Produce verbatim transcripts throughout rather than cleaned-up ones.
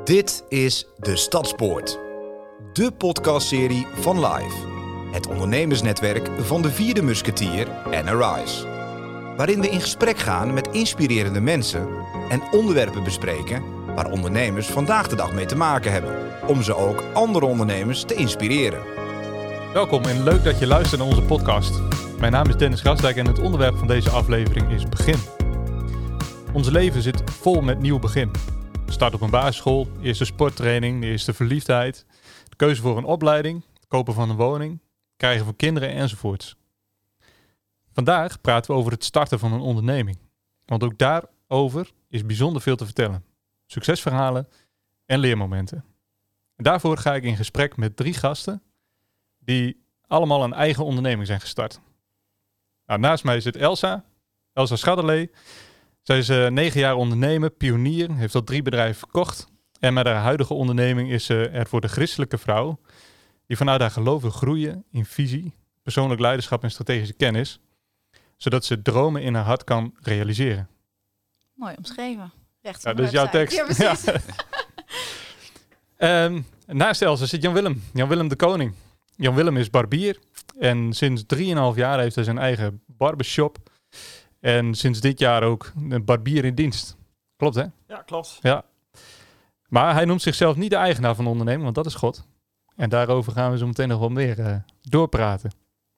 Dit is De Stadspoort, de podcastserie van Live, het ondernemersnetwerk van de Vierde Musketier en Arise. Waarin we in gesprek gaan met inspirerende mensen en onderwerpen bespreken waar ondernemers vandaag de dag mee te maken hebben, om ze ook andere ondernemers te inspireren. Welkom en leuk dat je luistert naar onze podcast. Mijn naam is Dennis Grasdijk en het onderwerp van deze aflevering is begin. Ons leven zit vol met nieuw begin. Start op een basisschool, eerste sporttraining, de eerste verliefdheid, de keuze voor een opleiding, het kopen van een woning, krijgen van kinderen enzovoorts. Vandaag praten we over het starten van een onderneming. Want ook daarover is bijzonder veel te vertellen. Succesverhalen en leermomenten. En daarvoor ga ik in gesprek met drie gasten die allemaal een eigen onderneming zijn gestart. Nou, naast mij zit Elsa, Elsa Schadderlee. Zij is uh, negen jaar ondernemer, pionier, heeft al drie bedrijven verkocht. En met haar huidige onderneming is ze er voor de christelijke vrouw die vanuit haar geloof wil groeien in visie, persoonlijk leiderschap en strategische kennis, zodat ze dromen in haar hart kan realiseren. Mooi omschreven. Rechts Ja, van dat de is jouw website. tekst. Ja, precies. Ja. um, naast Elsa zit Jan Willem, Jan Willem de Koning. Jan Willem is barbier en sinds drieënhalf jaar heeft hij zijn eigen barbershop. En sinds dit jaar ook een barbier in dienst. Klopt, hè? Ja, klopt. Ja. Maar hij noemt zichzelf niet de eigenaar van de onderneming, want dat is God. En daarover gaan we zo meteen nog wel meer uh, doorpraten.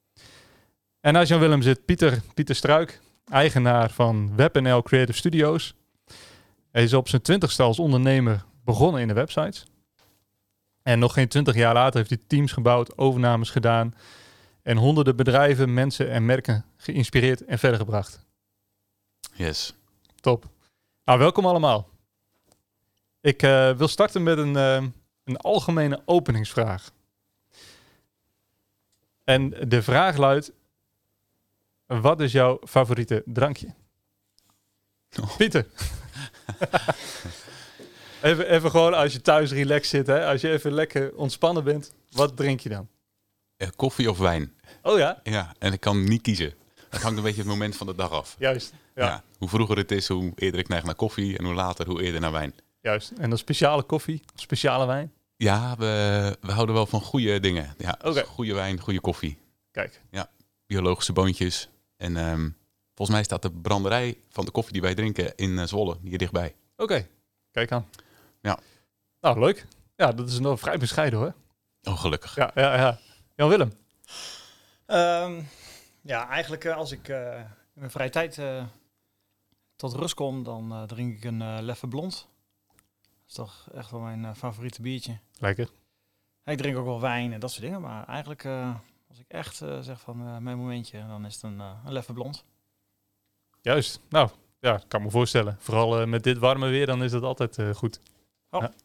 En naast Jan Willem zit Pieter, Pieter Struik, eigenaar van WebNL Creative Studios. Hij is op zijn twintigste als ondernemer begonnen in de websites. En nog geen twintig jaar later heeft hij teams gebouwd, overnames gedaan en honderden bedrijven, mensen en merken geïnspireerd en verder gebracht. Yes. Top. Nou, welkom allemaal. Ik uh, wil starten met een, uh, een algemene openingsvraag. En de vraag luidt: wat is jouw favoriete drankje? Oh. Pieter. even, even gewoon als je thuis relaxed zit, hè? Als je even lekker ontspannen bent, wat drink je dan? Uh, koffie of wijn? Oh ja? Ja, en ik kan niet kiezen. Dat hangt een beetje het moment van de dag af. Juist. Ja. Ja, hoe vroeger het is, hoe eerder ik neig naar koffie en hoe later, hoe eerder naar wijn. Juist. En dan speciale koffie, speciale wijn? Ja, we, we houden wel van goede dingen. Ja, Oké. dus goede wijn, goede koffie. Kijk. Ja, biologische boontjes. En um, volgens mij staat de branderij van de koffie die wij drinken in uh, Zwolle, hier dichtbij. Oké. Okay. Kijk aan. Ja. Nou, leuk. Ja, dat is nog vrij bescheiden hoor. Oh, gelukkig. Ja, ja, ja. Jan Willem. Um, ja, eigenlijk uh, als ik uh, in mijn vrije tijd uh, tot rust kom, dan uh, drink ik een uh, Leffe Blond. Dat is toch echt wel mijn uh, favoriete biertje. Lekker. Ik drink ook wel wijn en dat soort dingen, maar eigenlijk uh, als ik echt uh, zeg van uh, mijn momentje, dan is het een, uh, een Leffe Blond. Juist. Nou, ja, ik kan me voorstellen. Vooral uh, met dit warme weer, dan is dat altijd uh, goed. Oh. Ja.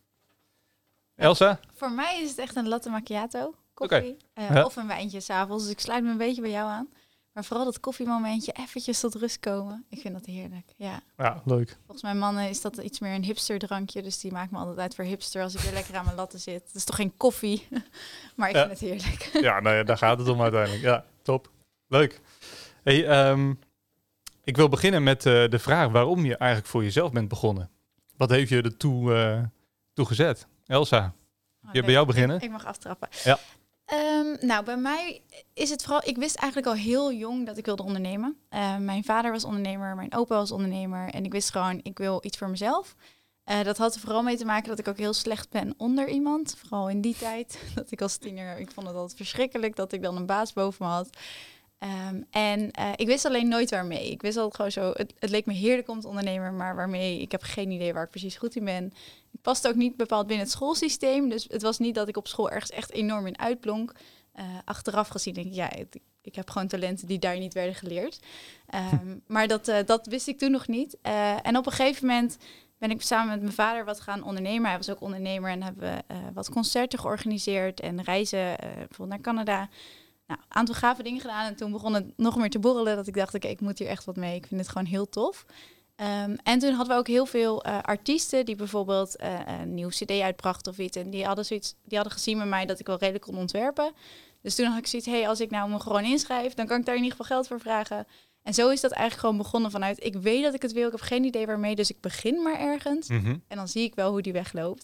Elsa? Voor mij is het echt een latte macchiato, koffie. Okay. Uh, Ja. Of een wijntje s'avonds. Dus ik sluit me een beetje bij jou aan. Maar vooral dat koffiemomentje, eventjes tot rust komen. Ik vind dat heerlijk, ja. Ja, leuk. Volgens mijn mannen is dat iets meer een hipster drankje. Dus die maakt me altijd uit voor hipster als ik weer lekker aan mijn latte zit. Het is toch geen koffie, maar ik Ja. vind het heerlijk. Ja, nou ja, daar gaat het om uiteindelijk. Ja, top. Leuk. Hey, um, ik wil beginnen met uh, de vraag waarom je eigenlijk voor jezelf bent begonnen. Wat heeft je ertoe uh, toe gezet? Elsa, Oh, je bij jou beginnen? Ik mag aftrappen. Ja. Um, nou, bij mij is het vooral... Ik wist eigenlijk al heel jong dat ik wilde ondernemen. Uh, mijn vader was ondernemer, mijn opa was ondernemer. En ik wist gewoon, ik wil iets voor mezelf. Uh, dat had er vooral mee te maken dat ik ook heel slecht ben onder iemand. Vooral in die tijd, dat ik als tiener... Ik vond het altijd verschrikkelijk dat ik dan een baas boven me had. Um, en uh, ik wist alleen nooit waarmee. Ik wist altijd gewoon zo... Het, het leek me heerlijk om te ondernemen, maar waarmee... Ik heb geen idee waar ik precies goed in ben. Ik paste ook niet bepaald binnen het schoolsysteem. Dus het was niet dat ik op school ergens echt enorm in uitblonk. Uh, achteraf gezien denk ik, ja, ik, ik heb gewoon talenten die daar niet werden geleerd. Um, maar dat, uh, dat wist ik toen nog niet. Uh, en op een gegeven moment ben ik samen met mijn vader wat gaan ondernemen. Hij was ook ondernemer en hebben we uh, wat concerten georganiseerd en reizen, uh, bijvoorbeeld naar Canada. Nou, een aantal gave dingen gedaan en toen begon het nog meer te borrelen dat ik dacht, oké, okay, ik moet hier echt wat mee. Ik vind het gewoon heel tof. Um, en toen hadden we ook heel veel uh, artiesten die bijvoorbeeld uh, een nieuw cd uitbrachten of iets. En die hadden, zoiets, die hadden gezien met mij dat ik wel redelijk kon ontwerpen. Dus toen had ik zoiets, hey, als ik nou me gewoon inschrijf, dan kan ik daar in ieder geval geld voor vragen. En zo is dat eigenlijk gewoon begonnen vanuit, ik weet dat ik het wil, ik heb geen idee waarmee, dus ik begin maar ergens. Mm-hmm. En dan zie ik wel hoe die weg loopt.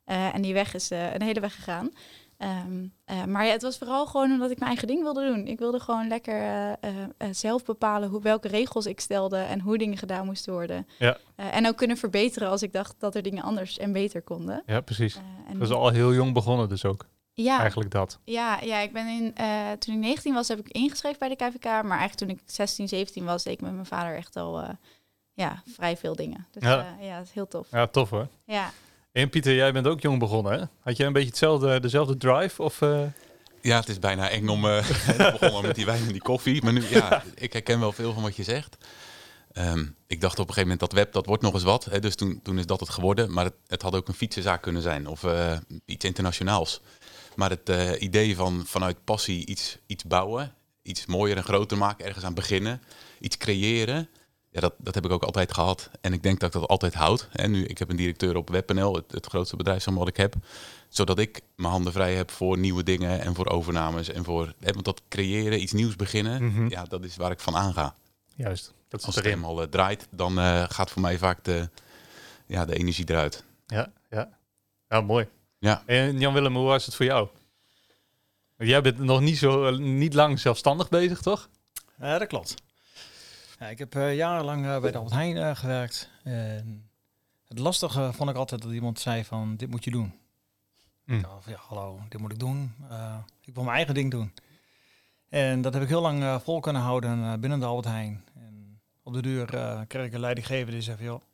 Uh, en die weg is uh, een hele weg gegaan. Um, uh, maar ja, het was vooral gewoon omdat ik mijn eigen ding wilde doen. Ik wilde gewoon lekker uh, uh, uh, zelf bepalen hoe, welke regels ik stelde en hoe dingen gedaan moesten worden. Ja. Uh, en ook kunnen verbeteren als ik dacht dat er dingen anders en beter konden. Ja, precies. Uh, en dat is al heel jong begonnen dus ook. Ja, eigenlijk dat. Ja, ja ik ben in, uh, toen ik negentien was heb ik ingeschreven bij de K V K. Maar eigenlijk toen ik zestien, zeventien was, deed ik met mijn vader echt al uh, ja, vrij veel dingen. Dus ja, uh, ja dat is heel tof. Ja, tof hoor. Ja. En Pieter, jij bent ook jong begonnen, hè? Had jij een beetje hetzelfde, dezelfde drive? Of, uh... Ja, het is bijna eng om uh, te begonnen met die wijn en die koffie. Maar nu, ja, ik herken wel veel van wat je zegt. Um, ik dacht op een gegeven moment dat web, dat wordt nog eens wat. Hè, dus toen, toen is dat het geworden. Maar het, het had ook een fietsenzaak kunnen zijn of uh, iets internationaals. Maar het uh, idee van vanuit passie iets, iets bouwen, iets mooier en groter maken, ergens aan beginnen, iets creëren... Ja, dat, dat heb ik ook altijd gehad. En ik denk dat ik dat altijd houd. En nu, ik heb een directeur op web punt n l, het, het grootste bedrijf wat ik heb. Zodat ik mijn handen vrij heb voor nieuwe dingen en voor overnames. En voor, hè, want dat creëren, iets nieuws beginnen, mm-hmm. ja, dat is waar ik van aanga. Juist. Dat is Als het helemaal uh, draait, dan uh, gaat voor mij vaak de, ja, de energie eruit. Ja, ja. Ja, mooi. Ja. En Jan-Willem, hoe was het voor jou? Jij bent nog niet zo niet lang zelfstandig bezig, toch? Ja, dat klopt. Ja, ik heb uh, jarenlang uh, bij de Albert Heijn uh, gewerkt. En het lastige vond ik altijd dat iemand zei van, dit moet je doen. Mm. Ik dacht, ja, hallo, dit moet ik doen. Uh, ik wil mijn eigen ding doen. En dat heb ik heel lang uh, vol kunnen houden uh, binnen de Albert Heijn. En op de duur uh, kreeg ik een leidinggever die zei van, joh,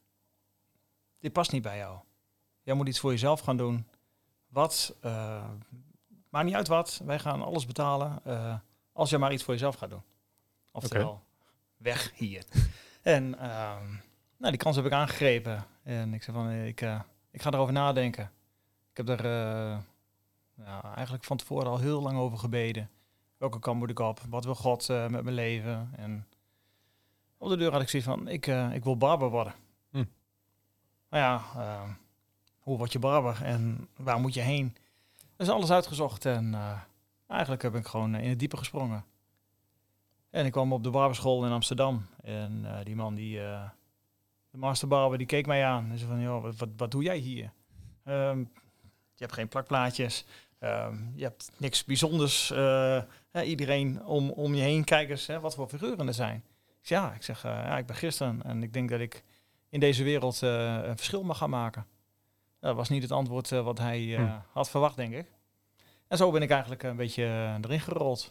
dit past niet bij jou. Jij moet iets voor jezelf gaan doen. Wat? Uh, maakt niet uit wat. Wij gaan alles betalen. Uh, als je maar iets voor jezelf gaat doen. Oftewel, okay. Weg hier. En uh, nou, die kans heb ik aangegrepen. En ik zei van, ik, uh, ik ga erover nadenken. Ik heb er uh, ja, eigenlijk van tevoren al heel lang over gebeden. Welke kant moet ik op? Wat wil God uh, met mijn leven? En op de deur had ik zoiets van, ik, uh, ik wil barber worden. Hm. Maar ja, uh, hoe word je barber? En waar moet je heen? Dus alles uitgezocht. En uh, eigenlijk heb ik gewoon in het diepe gesprongen. En ik kwam op de barberschool in Amsterdam. En uh, die man, die, uh, de masterbarber, die keek mij aan. En zei van, joh, wat, wat, wat doe jij hier? Um, je hebt geen plakplaatjes. Um, je hebt niks bijzonders. Uh, hè, iedereen om, om je heen, kijk eens hè, wat voor figuren er zijn. Ik zeg, ja, ik, zeg, uh, ja, ik ben Christen. En ik denk dat ik in deze wereld uh, een verschil mag gaan maken. Dat was niet het antwoord uh, wat hij uh, hm. had verwacht, denk ik. En zo ben ik eigenlijk een beetje uh, erin gerold.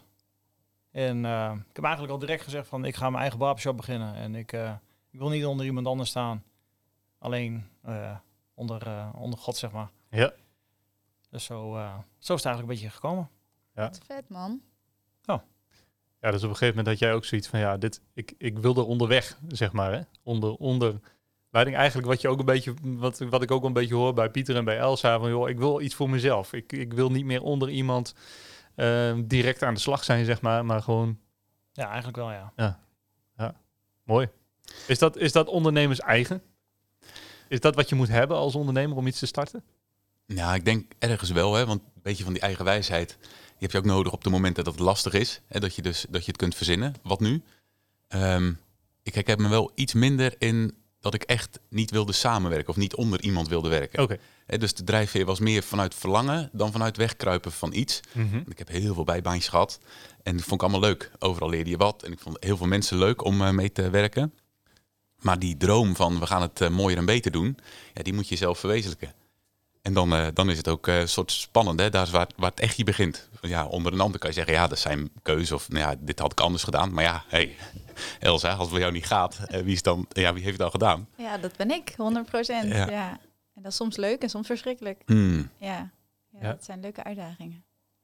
En uh, ik heb eigenlijk al direct gezegd van ik ga mijn eigen barbershop beginnen. En ik, uh, ik wil niet onder iemand anders staan. Alleen uh, onder, uh, onder God, zeg maar. Ja. Dus zo, uh, zo is het eigenlijk een beetje gekomen. Ja. Wat vet, man. Oh. Ja, dus op een gegeven moment had jij ook zoiets van ja, dit, ik, ik wil er onderweg, zeg maar. Hè? Onder, onder leiding eigenlijk wat je ook een beetje, wat, wat ik ook een beetje hoor bij Pieter en bij Elsa. Van joh, ik wil iets voor mezelf. Ik, ik wil niet meer onder iemand Uh, direct aan de slag zijn, zeg maar, maar gewoon... Ja, eigenlijk wel, ja. Ja, ja. Mooi. Is dat, is dat ondernemers eigen? Is dat wat je moet hebben als ondernemer om iets te starten? Ja, ik denk ergens wel, hè, want een beetje van die eigen wijsheid, die heb je ook nodig op de momenten dat het lastig is. Hè, dat je dus dat je het kunt verzinnen. Wat nu? Um, ik herken me wel iets minder in dat ik echt niet wilde samenwerken of niet onder iemand wilde werken. Okay. He, dus de drijfveer was meer vanuit verlangen dan vanuit wegkruipen van iets. Mm-hmm. Ik heb heel veel bijbaantjes gehad en dat vond ik allemaal leuk. Overal leerde je wat en ik vond heel veel mensen leuk om uh, mee te werken. Maar die droom van we gaan het uh, mooier en beter doen, ja, die moet je zelf verwezenlijken. En dan, uh, dan is het ook een uh, soort spannend. Hè? Daar is waar, waar het echt hier begint. Ja, onder een ander kan je zeggen, ja, dat is zijn keuze. Of nou ja, dit had ik anders gedaan. Maar ja, hey, Elsa, als het bij jou niet gaat, uh, wie, is dan, ja, wie heeft het dan gedaan? Ja, dat ben ik, honderd procent. Ja. Ja. En dat is soms leuk en soms verschrikkelijk. Hmm. Ja. Ja, ja, dat zijn leuke uitdagingen.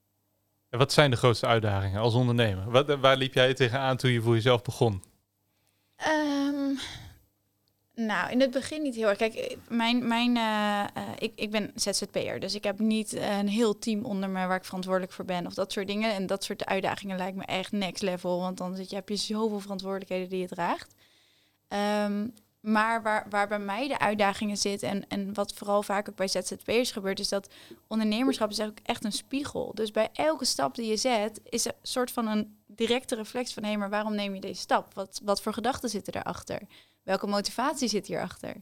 En wat zijn de grootste uitdagingen als ondernemer? Wat, waar liep jij tegenaan toen je voor jezelf begon? Um, nou, in het begin niet heel erg. Kijk, mijn, mijn, uh, uh, ik, ik ben Z Z P'er, dus ik heb niet uh, een heel team onder me waar ik verantwoordelijk voor ben of dat soort dingen. En dat soort uitdagingen lijkt me echt next level, want dan zit je, heb je zoveel verantwoordelijkheden die je draagt. Um, maar waar, waar bij mij de uitdagingen zitten en, en wat vooral vaak ook bij Z Z P'ers gebeurt, is dat ondernemerschap is eigenlijk echt een spiegel. Dus bij elke stap die je zet, is een soort van een directe reflex van hé, maar waarom neem je deze stap? Wat, wat voor gedachten zitten daarachter? Welke motivatie zit hierachter?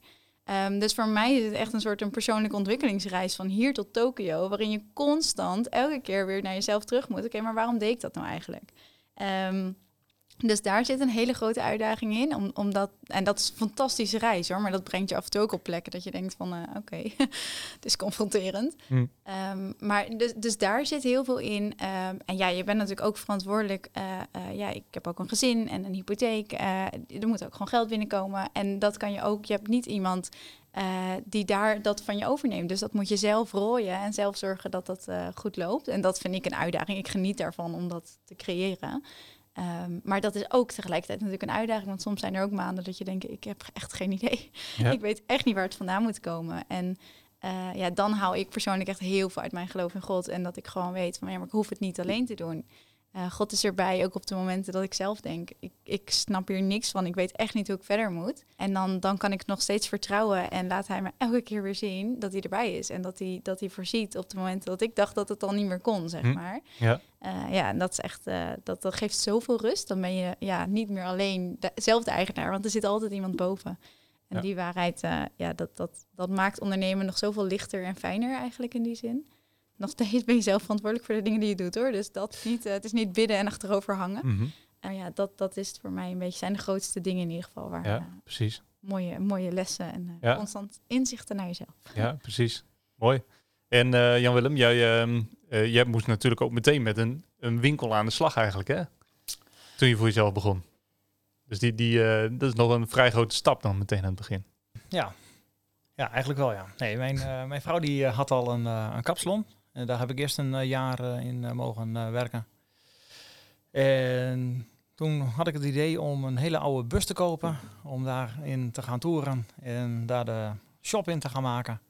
Um, dus voor mij is het echt een soort een persoonlijke ontwikkelingsreis van hier tot Tokio, waarin je constant elke keer weer naar jezelf terug moet. Oké, okay, maar waarom deed ik dat nou eigenlijk? Um, dus daar zit een hele grote uitdaging in. Om, omdat, en dat is een fantastische reis hoor, maar dat brengt je af en toe ook op plekken dat je denkt van uh, oké, okay, het is confronterend. Hmm. Um, maar dus, dus daar zit heel veel in. Um, en ja, je bent natuurlijk ook verantwoordelijk. Uh, uh, ja, ik heb ook een gezin en een hypotheek. Uh, er moet ook gewoon geld binnenkomen. En dat kan je ook, je hebt niet iemand uh, die daar dat van je overneemt. Dus dat moet je zelf rooien en zelf zorgen dat dat uh, goed loopt. En dat vind ik een uitdaging. Ik geniet daarvan om dat te creëren. Um, maar dat is ook tegelijkertijd natuurlijk een uitdaging. Want soms zijn er ook maanden dat je denkt, ik heb echt geen idee. Ja. Ik weet echt niet waar het vandaan moet komen. En uh, ja, dan haal ik persoonlijk echt heel veel uit mijn geloof in God. En dat ik gewoon weet van, ja, maar ik hoef het niet alleen te doen. Uh, God is erbij, ook op de momenten dat ik zelf denk, ik, ik snap hier niks van. Ik weet echt niet hoe ik verder moet. En dan, dan kan ik nog steeds vertrouwen en laat hij me elke keer weer zien dat hij erbij is. En dat hij, dat hij voorziet op de momenten dat ik dacht dat het al niet meer kon, zeg hm. maar. Ja, uh, ja en dat is echt, uh, dat, dat geeft zoveel rust. Dan ben je ja, niet meer alleen de, zelf de eigenaar, want er zit altijd iemand boven. En ja. die waarheid, uh, ja, dat, dat, dat maakt ondernemen nog zoveel lichter en fijner eigenlijk in die zin. Nog steeds ben je zelf verantwoordelijk voor de dingen die je doet, hoor. Dus dat niet, uh, het is niet bidden en achterover hangen. Mm-hmm. Uh, ja, dat, dat is het voor mij een beetje, zijn de grootste dingen in ieder geval. Waar, ja, uh, precies. Mooie, mooie lessen en uh, ja. constant inzichten naar jezelf. Ja, precies. Mooi. En uh, Jan-Willem, jij, uh, uh, jij moest natuurlijk ook meteen met een, een winkel aan de slag eigenlijk, hè? Toen je voor jezelf begon. Dus die, die, uh, dat is nog een vrij grote stap dan meteen aan het begin. Ja, ja eigenlijk wel, ja. Nee, mijn, uh, mijn vrouw die uh, had al een, uh, een kapsalon. En daar heb ik eerst een uh, jaar uh, in uh, mogen uh, werken. En toen had ik het idee om een hele oude bus te kopen. Om daarin te gaan toeren. En daar de shop in te gaan maken.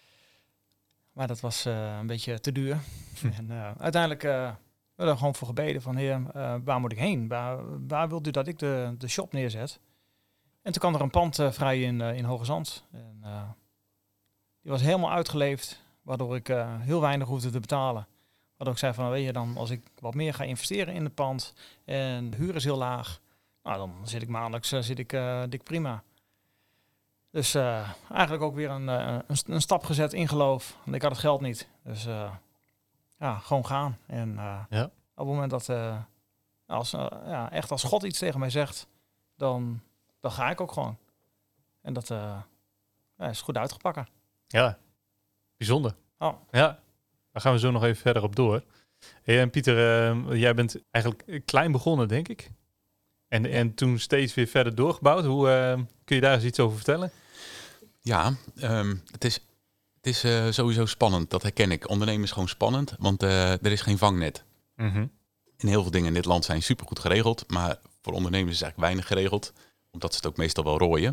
Maar dat was uh, een beetje te duur. Hm. En uh, uiteindelijk uh, hebben we er gewoon voor gebeden van... Heer, uh, waar moet ik heen? Waar, waar wilt u dat ik de, de shop neerzet? En toen kwam er een pand uh, vrij in, uh, in Hoge Zand. En, uh, die was helemaal uitgeleefd. Waardoor ik uh, heel weinig hoefde te betalen. Waardoor ik zei van, weet je, dan als ik wat meer ga investeren in het pand en de huur is heel laag, nou dan zit ik maandelijks uh, zit ik, uh, dik prima. Dus uh, eigenlijk ook weer een, uh, een, een stap gezet in geloof. Want ik had het geld niet. Dus uh, ja, gewoon gaan. En uh, ja. op het moment dat uh, als, uh, ja, echt als God iets tegen mij zegt, dan, dan ga ik ook gewoon. En dat uh, ja, is goed uitgepakt. Ja. Bijzonder. Oh. Ja, daar gaan we zo nog even verder op door. Hey, en Pieter, uh, jij bent eigenlijk klein begonnen, denk ik. En, ja. en toen steeds weer verder doorgebouwd. Hoe uh, kun je daar eens iets over vertellen? Ja, um, het is, het is uh, sowieso spannend. Dat herken ik. Ondernemen is gewoon spannend, want uh, er is geen vangnet. Mm-hmm. En heel veel dingen in dit land zijn supergoed geregeld. Maar voor ondernemers is eigenlijk weinig geregeld. Omdat ze het ook meestal wel rooien.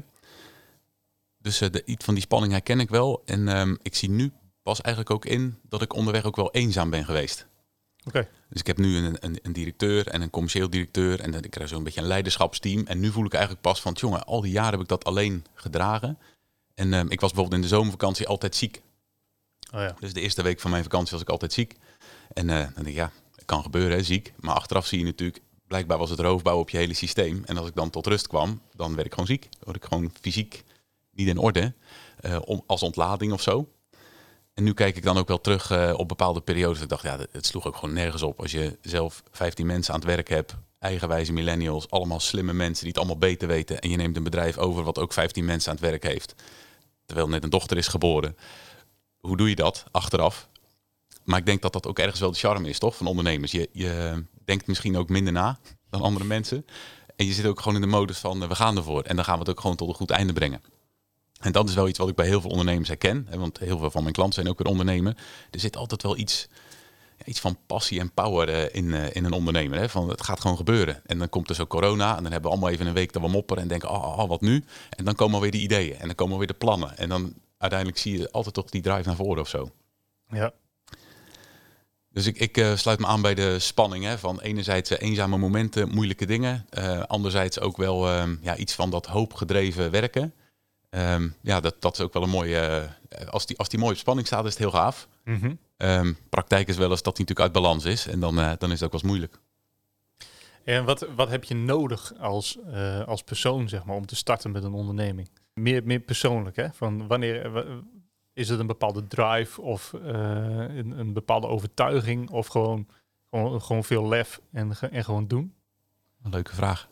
Dus uh, de, iets van die spanning herken ik wel. En um, ik zie nu pas eigenlijk ook in dat ik onderweg ook wel eenzaam ben geweest. Okay. Dus ik heb nu een, een, een directeur en een commercieel directeur. En dan ik krijg zo'n beetje een leiderschapsteam. En nu voel ik eigenlijk pas van, jongen, al die jaren heb ik dat alleen gedragen. En um, ik was bijvoorbeeld in de zomervakantie altijd ziek. Oh ja. Dus de eerste week van mijn vakantie was ik altijd ziek. En uh, dan denk ik, ja, het kan gebeuren, hè, ziek. Maar achteraf zie je natuurlijk, blijkbaar was het roofbouw op je hele systeem. En als ik dan tot rust kwam, dan werd ik gewoon ziek. Dan word ik gewoon fysiek niet in orde, uh, om, als ontlading of zo. En nu kijk ik dan ook wel terug uh, op bepaalde periodes. Ik dacht, ja, het sloeg ook gewoon nergens op. Als je zelf vijftien mensen aan het werk hebt, eigenwijze millennials, allemaal slimme mensen die het allemaal beter weten. En je neemt een bedrijf over wat ook vijftien mensen aan het werk heeft. Terwijl net een dochter is geboren. Hoe doe je dat achteraf? Maar ik denk dat dat ook ergens wel de charme is, toch, van ondernemers. Je, je denkt misschien ook minder na dan andere mensen. En je zit ook gewoon in de modus van, uh, we gaan ervoor. En dan gaan we het ook gewoon tot een goed einde brengen. En dat is wel iets wat ik bij heel veel ondernemers herken. Hè, want heel veel van mijn klanten zijn ook weer ondernemer. Er zit altijd wel iets, ja, iets van passie en power uh, in, uh, in een ondernemer. Hè, van het gaat gewoon gebeuren. En dan komt er zo corona. En dan hebben we allemaal even een week dat we mopperen. En denken, oh, oh, wat nu? En dan komen alweer de ideeën. En dan komen alweer de plannen. En dan uiteindelijk zie je altijd toch die drive naar voren of zo. Ja. Dus ik, ik uh, sluit me aan bij de spanning. Hè, van enerzijds uh, eenzame momenten, moeilijke dingen. Uh, anderzijds ook wel uh, ja, iets van dat hoopgedreven werken. Um, ja, dat, dat is ook wel een mooie... Uh, als, die, als die mooi op spanning staat, is het heel gaaf. Mm-hmm. Um, praktijk is wel eens dat die natuurlijk uit balans is. En dan, uh, dan is het ook wel eens moeilijk. En wat, wat heb je nodig als, uh, als persoon, zeg maar, om te starten met een onderneming? Meer, meer persoonlijk, hè? Van wanneer w- is het een bepaalde drive of uh, een, een bepaalde overtuiging of gewoon, gewoon, gewoon veel lef en, ge- en gewoon doen? Een leuke vraag.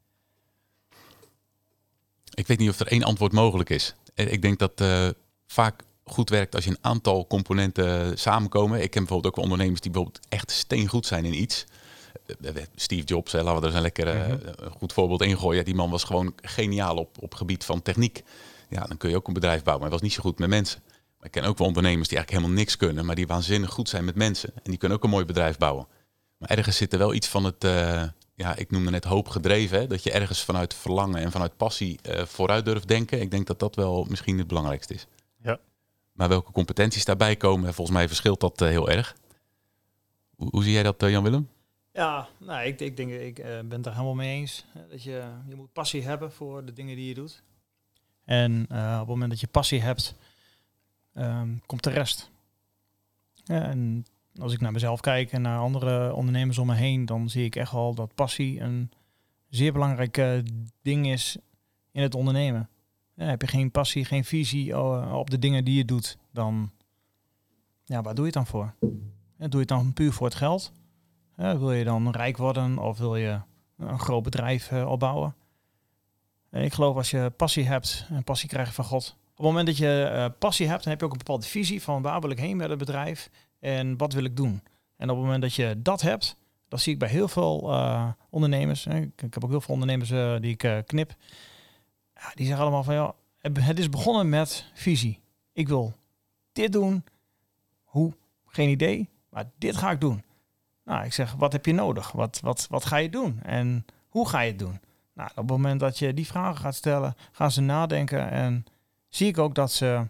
Ik weet niet of er één antwoord mogelijk is. Ik denk dat uh, vaak goed werkt als je een aantal componenten samenkomen. Ik ken bijvoorbeeld ook wel ondernemers die bijvoorbeeld echt steengoed zijn in iets. Steve Jobs, hè, laten we er een lekker uh, mm-hmm. goed voorbeeld in gooien. Die man was gewoon geniaal op, op gebied van techniek. Ja, dan kun je ook een bedrijf bouwen. Maar hij was niet zo goed met mensen. Maar ik ken ook wel ondernemers die eigenlijk helemaal niks kunnen, maar die waanzinnig goed zijn met mensen. En die kunnen ook een mooi bedrijf bouwen. Maar ergens zit er wel iets van het, uh, ja, ik noemde net hoop gedreven. Hè? Dat je ergens vanuit verlangen en vanuit passie uh, vooruit durft denken. Ik denk dat dat wel misschien het belangrijkste is. Ja. Maar welke competenties daarbij komen, volgens mij verschilt dat uh, heel erg. Hoe, hoe zie jij dat, uh, Jan-Willem? Ja, nou, ik, ik denk, ik uh, ben het er helemaal mee eens. Dat je, je moet passie hebben voor de dingen die je doet. En uh, op het moment dat je passie hebt, um, komt de rest. Ja, en als ik naar mezelf kijk en naar andere ondernemers om me heen, dan zie ik echt wel dat passie een zeer belangrijk uh, ding is in het ondernemen. Ja, heb je geen passie, geen visie uh, op de dingen die je doet, dan, ja, waar doe je het dan voor? Ja, doe je het dan puur voor het geld? Ja, wil je dan rijk worden of wil je een groot bedrijf uh, opbouwen? En ik geloof als je passie hebt en passie krijgt van God. Op het moment dat je uh, passie hebt, dan heb je ook een bepaalde visie van waar wil ik heen met het bedrijf en wat wil ik doen. En op het moment dat je dat hebt, dat zie ik bij heel veel uh, ondernemers. Hè. Ik, ik heb ook heel veel ondernemers uh, die ik uh, knip. Ja, die zeggen allemaal van ja, het is begonnen met visie. Ik wil dit doen. Hoe? Geen idee. Maar dit ga ik doen. Nou, ik zeg, wat heb je nodig? Wat, wat, wat ga je doen? En hoe ga je het doen? Nou, op het moment dat je die vragen gaat stellen, gaan ze nadenken. En zie ik ook dat ze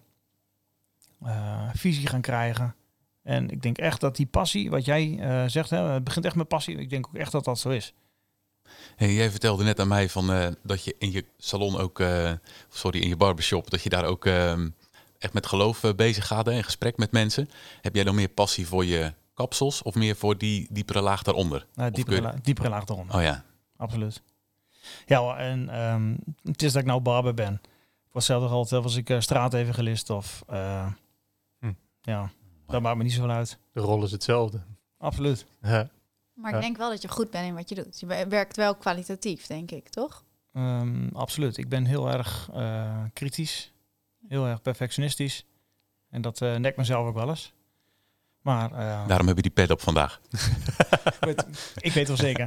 uh, visie gaan krijgen. En ik denk echt dat die passie, wat jij uh, zegt, hè, het begint echt met passie. Ik denk ook echt dat dat zo is. Hey, jij vertelde net aan mij van, uh, dat je in je salon ook, uh, sorry, in je barbershop, dat je daar ook uh, echt met geloof uh, bezig gaat, hè, in gesprek met mensen. Heb jij dan meer passie voor je kapsels of meer voor die diepere laag daaronder? Uh, diepere, la- diepere laag daaronder. Oh ja. Absoluut. Ja, en um, het is dat ik nou barber ben. Voor hetzelfde geld was ik uh, straatevangelist of uh, hm. ja, dat maakt me niet zoveel uit. De rol is hetzelfde. Absoluut. Ja. Maar ik ja. denk wel dat je goed bent in wat je doet. Je werkt wel kwalitatief, denk ik, toch? Um, absoluut. Ik ben heel erg uh, kritisch. Heel erg perfectionistisch. En dat uh, nekt mezelf ook wel eens. Maar, uh, Daarom heb je die pet op vandaag. weet, ik weet wel zeker.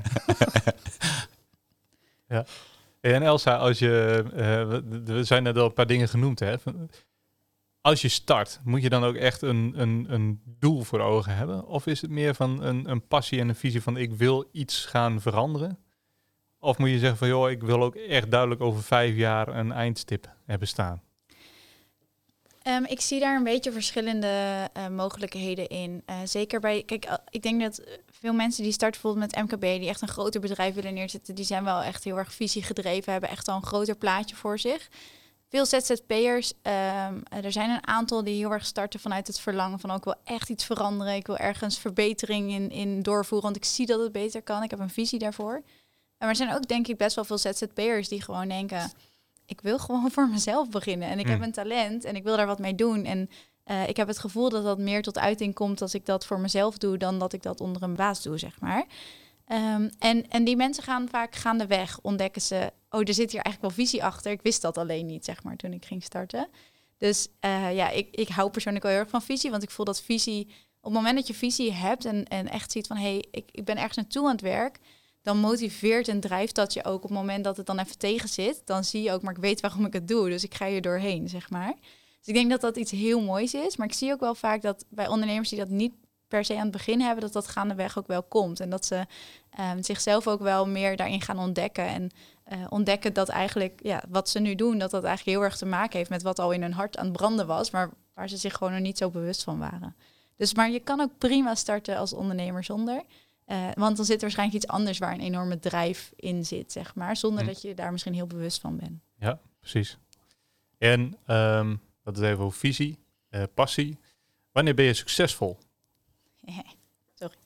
Ja. En Elsa, als je, uh, we zijn net al een paar dingen genoemd, hè? Als je start, moet je dan ook echt een, een, een doel voor ogen hebben? Of is het meer van een, een passie en een visie van ik wil iets gaan veranderen? Of moet je zeggen van joh, ik wil ook echt duidelijk over vijf jaar een eindstip hebben staan? Um, ik zie daar een beetje verschillende uh, mogelijkheden in. Uh, zeker bij, kijk, uh, ik denk dat veel mensen die starten bijvoorbeeld met M K B, die echt een groter bedrijf willen neerzetten, die zijn wel echt heel erg visie gedreven, hebben echt al een groter plaatje voor zich. Veel Z Z P'ers, um, er zijn een aantal die heel erg starten vanuit het verlangen van ook wel echt iets veranderen. Ik wil ergens verbetering in, in doorvoeren, want ik zie dat het beter kan. Ik heb een visie daarvoor. Maar er zijn ook denk ik best wel veel Z Z P'ers die gewoon denken, ik wil gewoon voor mezelf beginnen. En ik mm. heb een talent en ik wil daar wat mee doen. En uh, ik heb het gevoel dat dat meer tot uiting komt als ik dat voor mezelf doe dan dat ik dat onder een baas doe, zeg maar. Um, en, en die mensen gaan vaak gaandeweg, ontdekken ze, oh, er zit hier eigenlijk wel visie achter. Ik wist dat alleen niet, zeg maar, toen ik ging starten. Dus uh, ja, ik, ik hou persoonlijk wel heel erg van visie, want ik voel dat visie, op het moment dat je visie hebt en, en echt ziet van, hé, hey, ik, ik ben ergens naartoe aan het werk, dan motiveert en drijft dat je ook op het moment dat het dan even tegen zit. Dan zie je ook, maar ik weet waarom ik het doe. Dus ik ga hier doorheen, zeg maar. Dus ik denk dat dat iets heel moois is. Maar ik zie ook wel vaak dat bij ondernemers die dat niet per se aan het begin hebben, dat dat gaandeweg ook wel komt. En dat ze um, zichzelf ook wel meer daarin gaan ontdekken. En uh, ontdekken dat eigenlijk, ja, wat ze nu doen, dat dat eigenlijk heel erg te maken heeft met wat al in hun hart aan het branden was. Maar waar ze zich gewoon nog niet zo bewust van waren. Dus, maar je kan ook prima starten als ondernemer zonder. Uh, want dan zit er waarschijnlijk iets anders waar een enorme drijf in zit, zeg maar. Zonder hm. dat je daar misschien heel bewust van bent. Ja, precies. En um, dat is even over visie, uh, passie. Wanneer ben je succesvol? Sorry.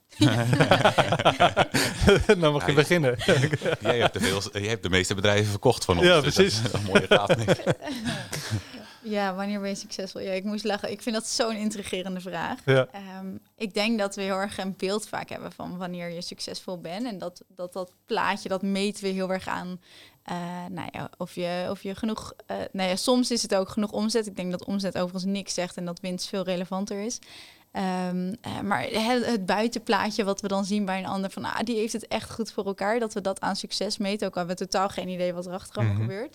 Dan mag je Ja, beginnen. Jij hebt, de veel, jij hebt de meeste bedrijven verkocht van ons. Ja, dus precies. Dat is een mooie gaaf. Ja, wanneer ben je succesvol? Ja, ik moest lachen. Ik vind dat zo'n intrigerende vraag. Ja. Um, ik denk dat we heel erg een beeld vaak hebben van wanneer je succesvol bent. En dat dat, dat plaatje, dat meten we heel erg aan. Uh, nou ja, of je, of je genoeg... Uh, nou ja, soms is het ook genoeg omzet. Ik denk dat omzet overigens niks zegt en dat winst veel relevanter is. Um, uh, maar het, het buitenplaatje wat we dan zien bij een ander... van ah, die heeft het echt goed voor elkaar. Dat we dat aan succes meten. Ook al hebben we totaal geen idee wat er achteraf mm-hmm. gebeurt.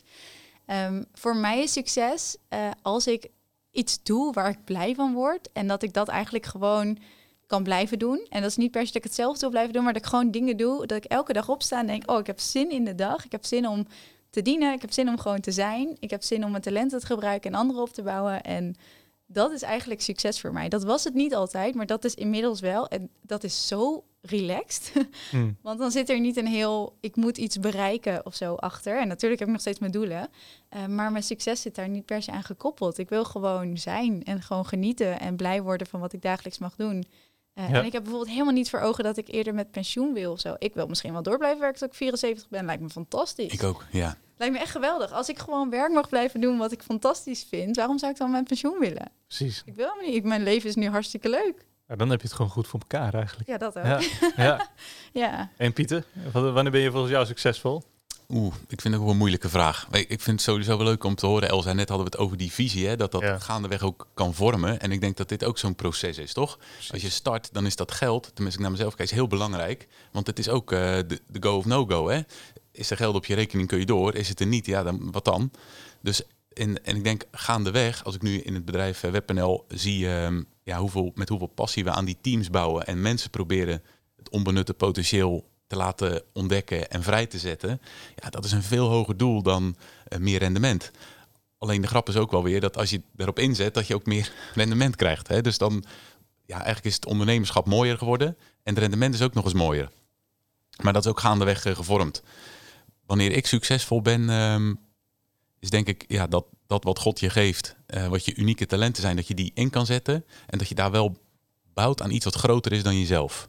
Um, voor mij is succes uh, als ik iets doe waar ik blij van word. En dat ik dat eigenlijk gewoon kan blijven doen. En dat is niet per se dat ik het zelf wil blijven doen, maar dat ik gewoon dingen doe. Dat ik elke dag opsta en denk, oh, ik heb zin in de dag. Ik heb zin om te dienen. Ik heb zin om gewoon te zijn. Ik heb zin om mijn talenten te gebruiken en anderen op te bouwen. En dat is eigenlijk succes voor mij. Dat was het niet altijd, maar dat is inmiddels wel. En dat is zo relaxed. Mm. Want dan zit er niet een heel, ik moet iets bereiken of zo achter. En natuurlijk heb ik nog steeds mijn doelen. Uh, maar mijn succes zit daar niet per se aan gekoppeld. Ik wil gewoon zijn en gewoon genieten en blij worden van wat ik dagelijks mag doen. Uh, ja. En ik heb bijvoorbeeld helemaal niet voor ogen dat ik eerder met pensioen wil of zo. Ik wil misschien wel door blijven werken tot ik vierenzeventig ben. Lijkt me fantastisch. Ik ook, ja. Lijkt me echt geweldig. Als ik gewoon werk mag blijven doen wat ik fantastisch vind, waarom zou ik dan mijn pensioen willen? Precies. Ik wil helemaal niet. Mijn leven is nu hartstikke leuk. Ja, dan heb je het gewoon goed voor elkaar eigenlijk. Ja, dat ook. Ja. Ja. Ja. En Pieter, wanneer ben je volgens jou succesvol? Oeh, ik vind het ook wel een moeilijke vraag. Ik vind het sowieso wel leuk om te horen. Elsa, net hadden we het over die visie, hè, dat dat ja. gaandeweg ook kan vormen. En ik denk dat dit ook zo'n proces is, toch? Precies. Als je start, dan is dat geld, tenminste ik naar mezelf kijk, is heel belangrijk. Want het is ook uh, de, de go of no go, hè? Is er geld op je rekening, kun je door. Is het er niet, ja, dan wat dan? Dus en, en ik denk gaandeweg, als ik nu in het bedrijf uh, web punt n l zie um, ja, hoeveel, met hoeveel passie we aan die teams bouwen en mensen proberen het onbenutte potentieel te laten ontdekken en vrij te zetten. Ja, dat is een veel hoger doel dan uh, meer rendement. Alleen de grap is ook wel weer dat als je erop inzet, dat je ook meer rendement krijgt. Hè? Dus dan, ja, eigenlijk is het ondernemerschap mooier geworden en het rendement is ook nog eens mooier. Maar dat is ook gaandeweg uh, gevormd. Wanneer ik succesvol ben, um, is denk ik ja, dat, dat wat God je geeft, uh, wat je unieke talenten zijn, dat je die in kan zetten en dat je daar wel bouwt aan iets wat groter is dan jezelf.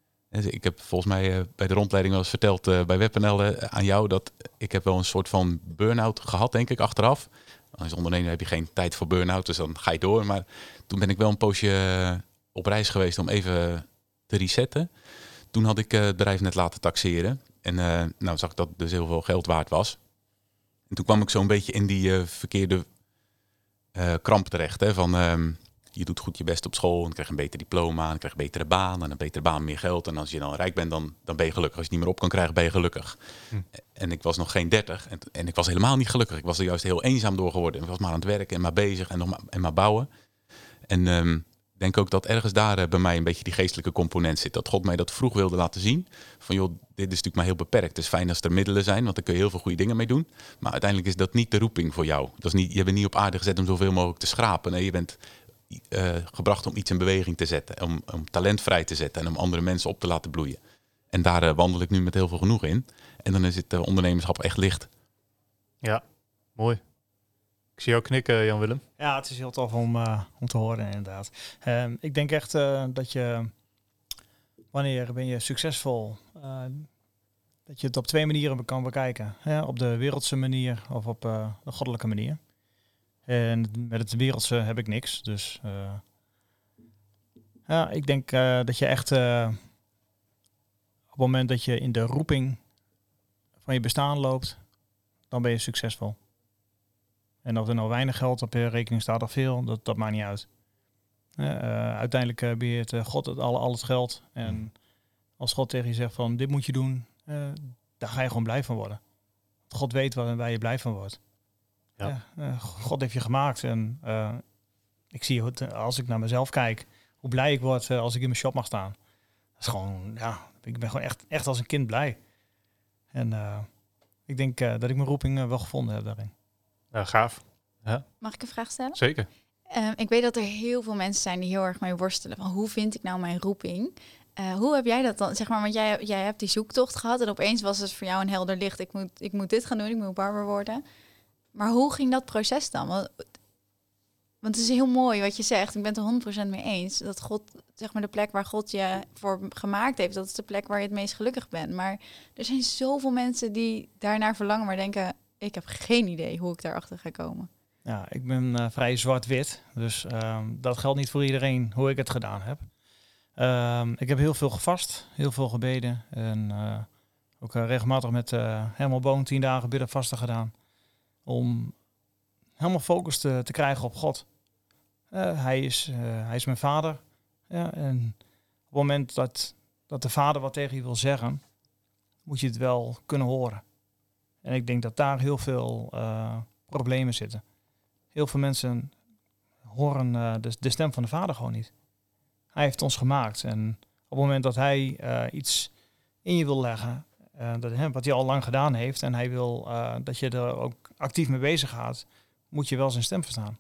Ik heb volgens mij uh, bij de rondleiding wel eens verteld uh, bij web punt n l uh, aan jou dat ik heb wel een soort van burn-out gehad, denk ik, achteraf. Als ondernemer heb je geen tijd voor burn-out, dus dan ga je door. Maar toen ben ik wel een poosje op reis geweest om even te resetten. Toen had ik uh, het bedrijf net laten taxeren. En uh, nou zag ik dat het dus heel veel geld waard was. En toen kwam ik zo'n beetje in die uh, verkeerde uh, kramp terecht. Hè, van um, je doet goed je best op school en dan krijg je een beter diploma. En dan krijg je een betere baan en een betere baan meer geld. En als je dan rijk bent, dan, dan ben je gelukkig. Als je het niet meer op kan krijgen, ben je gelukkig. Hm. En ik was nog geen dertig. En, en ik was helemaal niet gelukkig. Ik was er juist heel eenzaam door geworden. Ik was maar aan het werken en maar bezig en, nog maar, en maar bouwen. En um, ik denk ook dat ergens daar uh, bij mij een beetje die geestelijke component zit. Dat God mij dat vroeg wilde laten zien. Van joh, dit is natuurlijk maar heel beperkt. Het is fijn als er middelen zijn, want dan kun je heel veel goede dingen mee doen. Maar uiteindelijk is dat niet de roeping voor jou. Dat is niet, je bent niet op aarde gezet om zoveel mogelijk te schrapen. Nee, je bent uh, gebracht om iets in beweging te zetten. Om, om talent vrij te zetten en om andere mensen op te laten bloeien. En daar uh, wandel ik nu met heel veel genoeg in. En dan is het uh, ondernemerschap echt licht. Ja, mooi. Ik zie jou knikken, Jan-Willem. Ja, het is heel tof om, uh, om te horen inderdaad. Uh, ik denk echt uh, dat je, wanneer ben je succesvol, uh, dat je het op twee manieren kan bekijken. Hè? Op de wereldse manier of op uh, de goddelijke manier. En met het wereldse heb ik niks. Dus uh, ja, ik denk uh, dat je echt uh, op het moment dat je in de roeping van je bestaan loopt, dan ben je succesvol. En of er nou weinig geld op je rekening staat of veel, dat, dat maakt niet uit. Uh, uh, uiteindelijk uh, beheert uh, God het, al, al het geld. En als God tegen je zegt van dit moet je doen, uh, daar ga je gewoon blij van worden. Want God weet waar, waar je blij van wordt. Ja. Uh, uh, God heeft je gemaakt. En uh, ik zie het, als ik naar mezelf kijk, hoe blij ik word uh, als ik in mijn shop mag staan. Dat is gewoon, ja, ik ben gewoon echt, echt als een kind blij. En uh, ik denk uh, dat ik mijn roeping uh, wel gevonden heb daarin. Ja, gaaf. Ja. Mag ik een vraag stellen? Zeker. Um, ik weet dat er heel veel mensen zijn die heel erg mee worstelen. Van hoe vind ik nou mijn roeping? Uh, hoe heb jij dat dan? Zeg maar, want jij, jij hebt die zoektocht gehad en opeens was het voor jou een helder licht. Ik moet, ik moet dit gaan doen, ik moet barber worden. Maar hoe ging dat proces dan? Want want het is heel mooi wat je zegt. Ik ben het er honderd procent mee eens. Dat God, zeg maar de plek waar God je voor gemaakt heeft, dat is de plek waar je het meest gelukkig bent. Maar er zijn zoveel mensen die daarnaar verlangen, maar denken, ik heb geen idee hoe ik daarachter ga komen. Ja, ik ben uh, vrij zwart-wit. Dus um, dat geldt niet voor iedereen hoe ik het gedaan heb. Um, ik heb heel veel gevast, heel veel gebeden. En uh, ook uh, regelmatig met uh, Herman Boon tien dagen bidden vasten gedaan. Om helemaal focus te, te krijgen op God. Uh, hij, is, uh, hij is mijn vader. Ja, en op het moment dat, dat de vader wat tegen je wil zeggen, moet je het wel kunnen horen. En ik denk dat daar heel veel uh, problemen zitten. Heel veel mensen horen uh, de, de stem van de vader gewoon niet. Hij heeft ons gemaakt. En op het moment dat hij uh, iets in je wil leggen, uh, dat, hè, wat hij al lang gedaan heeft, en hij wil uh, dat je er ook actief mee bezig gaat, moet je wel zijn stem verstaan.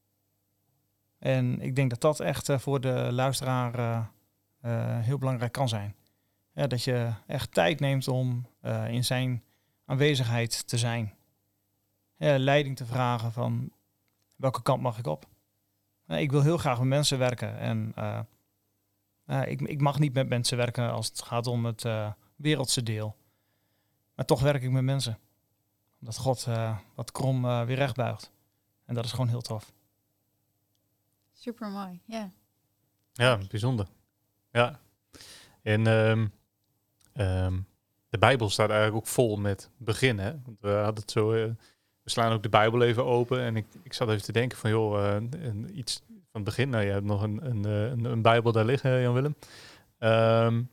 En ik denk dat dat echt uh, voor de luisteraar uh, uh, heel belangrijk kan zijn. Ja, dat je echt tijd neemt om uh, in zijn aanwezigheid te zijn. Ja, leiding te vragen van welke kant mag ik op. Uh, ik wil heel graag met mensen werken. En uh, uh, ik, ik mag niet met mensen werken als het gaat om het uh, wereldse deel. Maar toch werk ik met mensen. Omdat God uh, wat krom uh, weer recht buigt. En dat is gewoon heel tof. Super mooi, ja. Yeah. Ja, bijzonder. Ja. En um, um, de Bijbel staat eigenlijk ook vol met begin, hè? Want we hadden het zo, uh, we slaan ook de Bijbel even open en ik, ik zat even te denken van, joh, uh, een, iets van het begin. Nou, je hebt nog een, een, een, een Bijbel daar liggen, Jan-Willem. Um,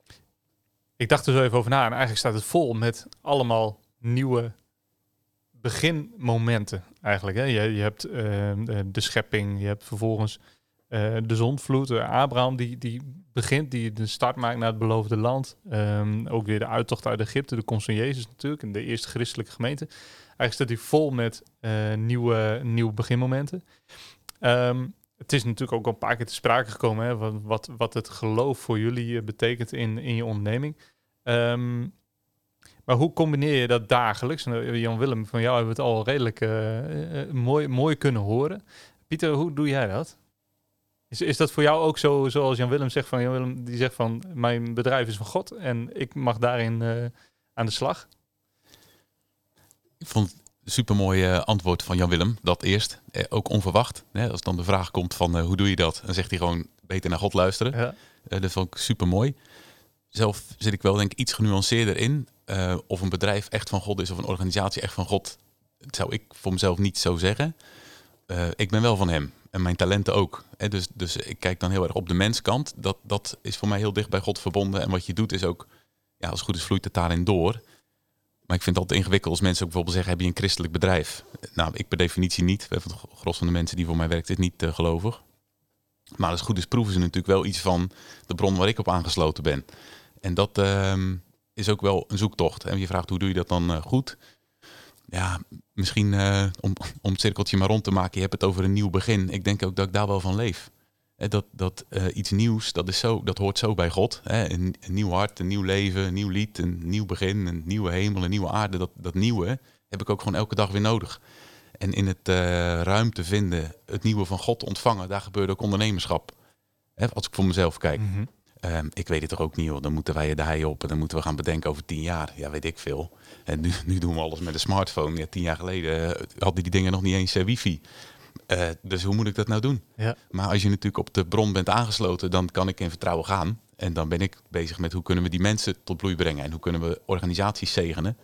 ik dacht er zo even over na en eigenlijk staat het vol met allemaal nieuwe beginmomenten eigenlijk. Hè? Je, je hebt uh, de schepping, je hebt vervolgens uh, de zondvloed, uh, Abraham die, die begint, die de start maakt naar het beloofde land. Um, ook weer de uittocht uit Egypte, de komst van Jezus natuurlijk, en de eerste christelijke gemeente. Eigenlijk staat die vol met uh, nieuwe, nieuwe beginmomenten. Um, het is natuurlijk ook al een paar keer te sprake gekomen, hè, wat, wat, wat het geloof voor jullie uh, betekent in, in je onderneming. Um, Maar hoe combineer je dat dagelijks? Jan-Willem, van jou hebben we het al redelijk uh, uh, mooi, mooi kunnen horen. Pieter, hoe doe jij dat? Is, is dat voor jou ook zo, zoals Jan-Willem zegt van Jan-Willem, die zegt van mijn bedrijf is van God en ik mag daarin uh, aan de slag? Ik vond het een supermooi uh, antwoord van Jan-Willem, dat eerst. Eh, ook onverwacht. Hè? Als dan de vraag komt van uh, hoe doe je dat? Dan zegt hij gewoon beter naar God luisteren. Ja. Uh, dat vond ik supermooi. Zelf zit ik wel denk ik iets genuanceerder in. Uh, of een bedrijf echt van God is of een organisatie echt van God. Dat zou ik voor mezelf niet zo zeggen. Uh, ik ben wel van hem. En mijn talenten ook. Hè? Dus, dus ik kijk dan heel erg op de menskant. Dat, dat is voor mij heel dicht bij God verbonden. En wat je doet is ook, ja, als het goed is vloeit het daarin door. Maar ik vind het altijd ingewikkeld als mensen ook bijvoorbeeld zeggen, heb je een christelijk bedrijf? Nou, ik per definitie niet. Het gros van de mensen die voor mij werkt is niet uh, gelovig. Maar als het goed is proeven ze natuurlijk wel iets van de bron waar ik op aangesloten ben. En dat uh, is ook wel een zoektocht. En je vraagt, hoe doe je dat dan uh, goed? Ja, misschien uh, om, om het cirkeltje maar rond te maken. Je hebt het over een nieuw begin. Ik denk ook dat ik daar wel van leef. He, dat dat uh, iets nieuws, dat, is zo, dat hoort zo bij God. He, een, een nieuw hart, een nieuw leven, een nieuw lied, een nieuw begin, een nieuwe hemel, een nieuwe aarde. Dat, dat nieuwe heb ik ook gewoon elke dag weer nodig. En in het uh, ruimte vinden, het nieuwe van God ontvangen, daar gebeurt ook ondernemerschap. He, als ik voor mezelf kijk. Mm-hmm. Um, ik weet het toch ook niet, hoor. Dan moeten wij de hei op en dan moeten we gaan bedenken over tien jaar. Ja, weet ik veel. En nu, nu doen we alles met een smartphone. Ja, tien jaar geleden uh, hadden die dingen nog niet eens uh, wifi. Uh, dus hoe moet ik dat nou doen? Ja. Maar als je natuurlijk op de bron bent aangesloten, dan kan ik in vertrouwen gaan. En dan ben ik bezig met hoe kunnen we die mensen tot bloei brengen. En hoe kunnen we organisaties zegenen.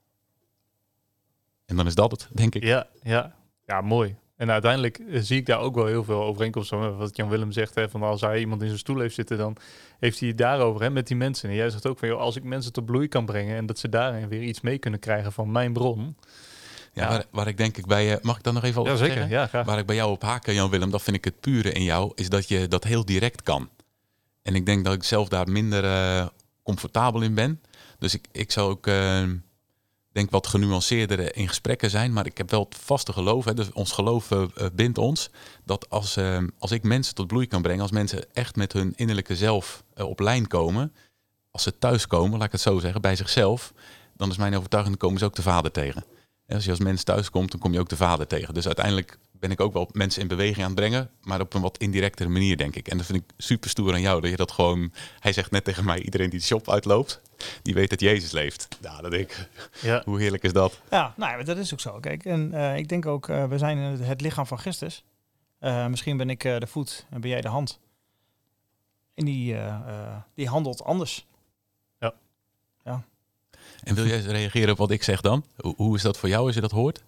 En dan is dat het, denk ik. Ja, ja. Ja, mooi. En uiteindelijk zie ik daar ook wel heel veel overeenkomsten van wat Jan-Willem zegt. Hè, van als hij iemand in zijn stoel heeft zitten, dan heeft hij het daarover, hè, met die mensen. En jij zegt ook van, joh, als ik mensen tot bloei kan brengen en dat ze daarin weer iets mee kunnen krijgen van mijn bron. Ja, ja. Waar, waar ik denk ik bij, mag ik dan nog even over ja, zeker. zeggen? Ja, graag. Waar ik bij jou op haak, Jan-Willem, dat vind ik het pure in jou, is dat je dat heel direct kan. En ik denk dat ik zelf daar minder uh, comfortabel in ben. Dus ik, ik zou ook... Uh, denk wat genuanceerder in gesprekken zijn. Maar ik heb wel het vaste geloof. Hè, dus ons geloof uh, bindt ons. Dat als, uh, als ik mensen tot bloei kan brengen. Als mensen echt met hun innerlijke zelf uh, op lijn komen. Als ze thuiskomen, laat ik het zo zeggen, bij zichzelf. Dan is mijn overtuiging, dan komen ze ook de Vader tegen. En als je als mens thuiskomt, dan kom je ook de Vader tegen. Dus uiteindelijk ben ik ook wel mensen in beweging aan het brengen, maar op een wat indirectere manier, denk ik. En dat vind ik super stoer aan jou, dat je dat gewoon... Hij zegt net tegen mij, iedereen die de shop uitloopt, die weet dat Jezus leeft. Nou, dat denk ik, Ja. hoe heerlijk is dat? Ja, nou ja, dat is ook zo. Kijk, en uh, ik denk ook, uh, we zijn het, het lichaam van Christus. Uh, misschien ben ik uh, de voet en ben jij de hand. En die, uh, uh, die handelt anders. Ja. Ja. En wil jij eens reageren op wat ik zeg dan? Hoe, hoe is dat voor jou als je dat hoort?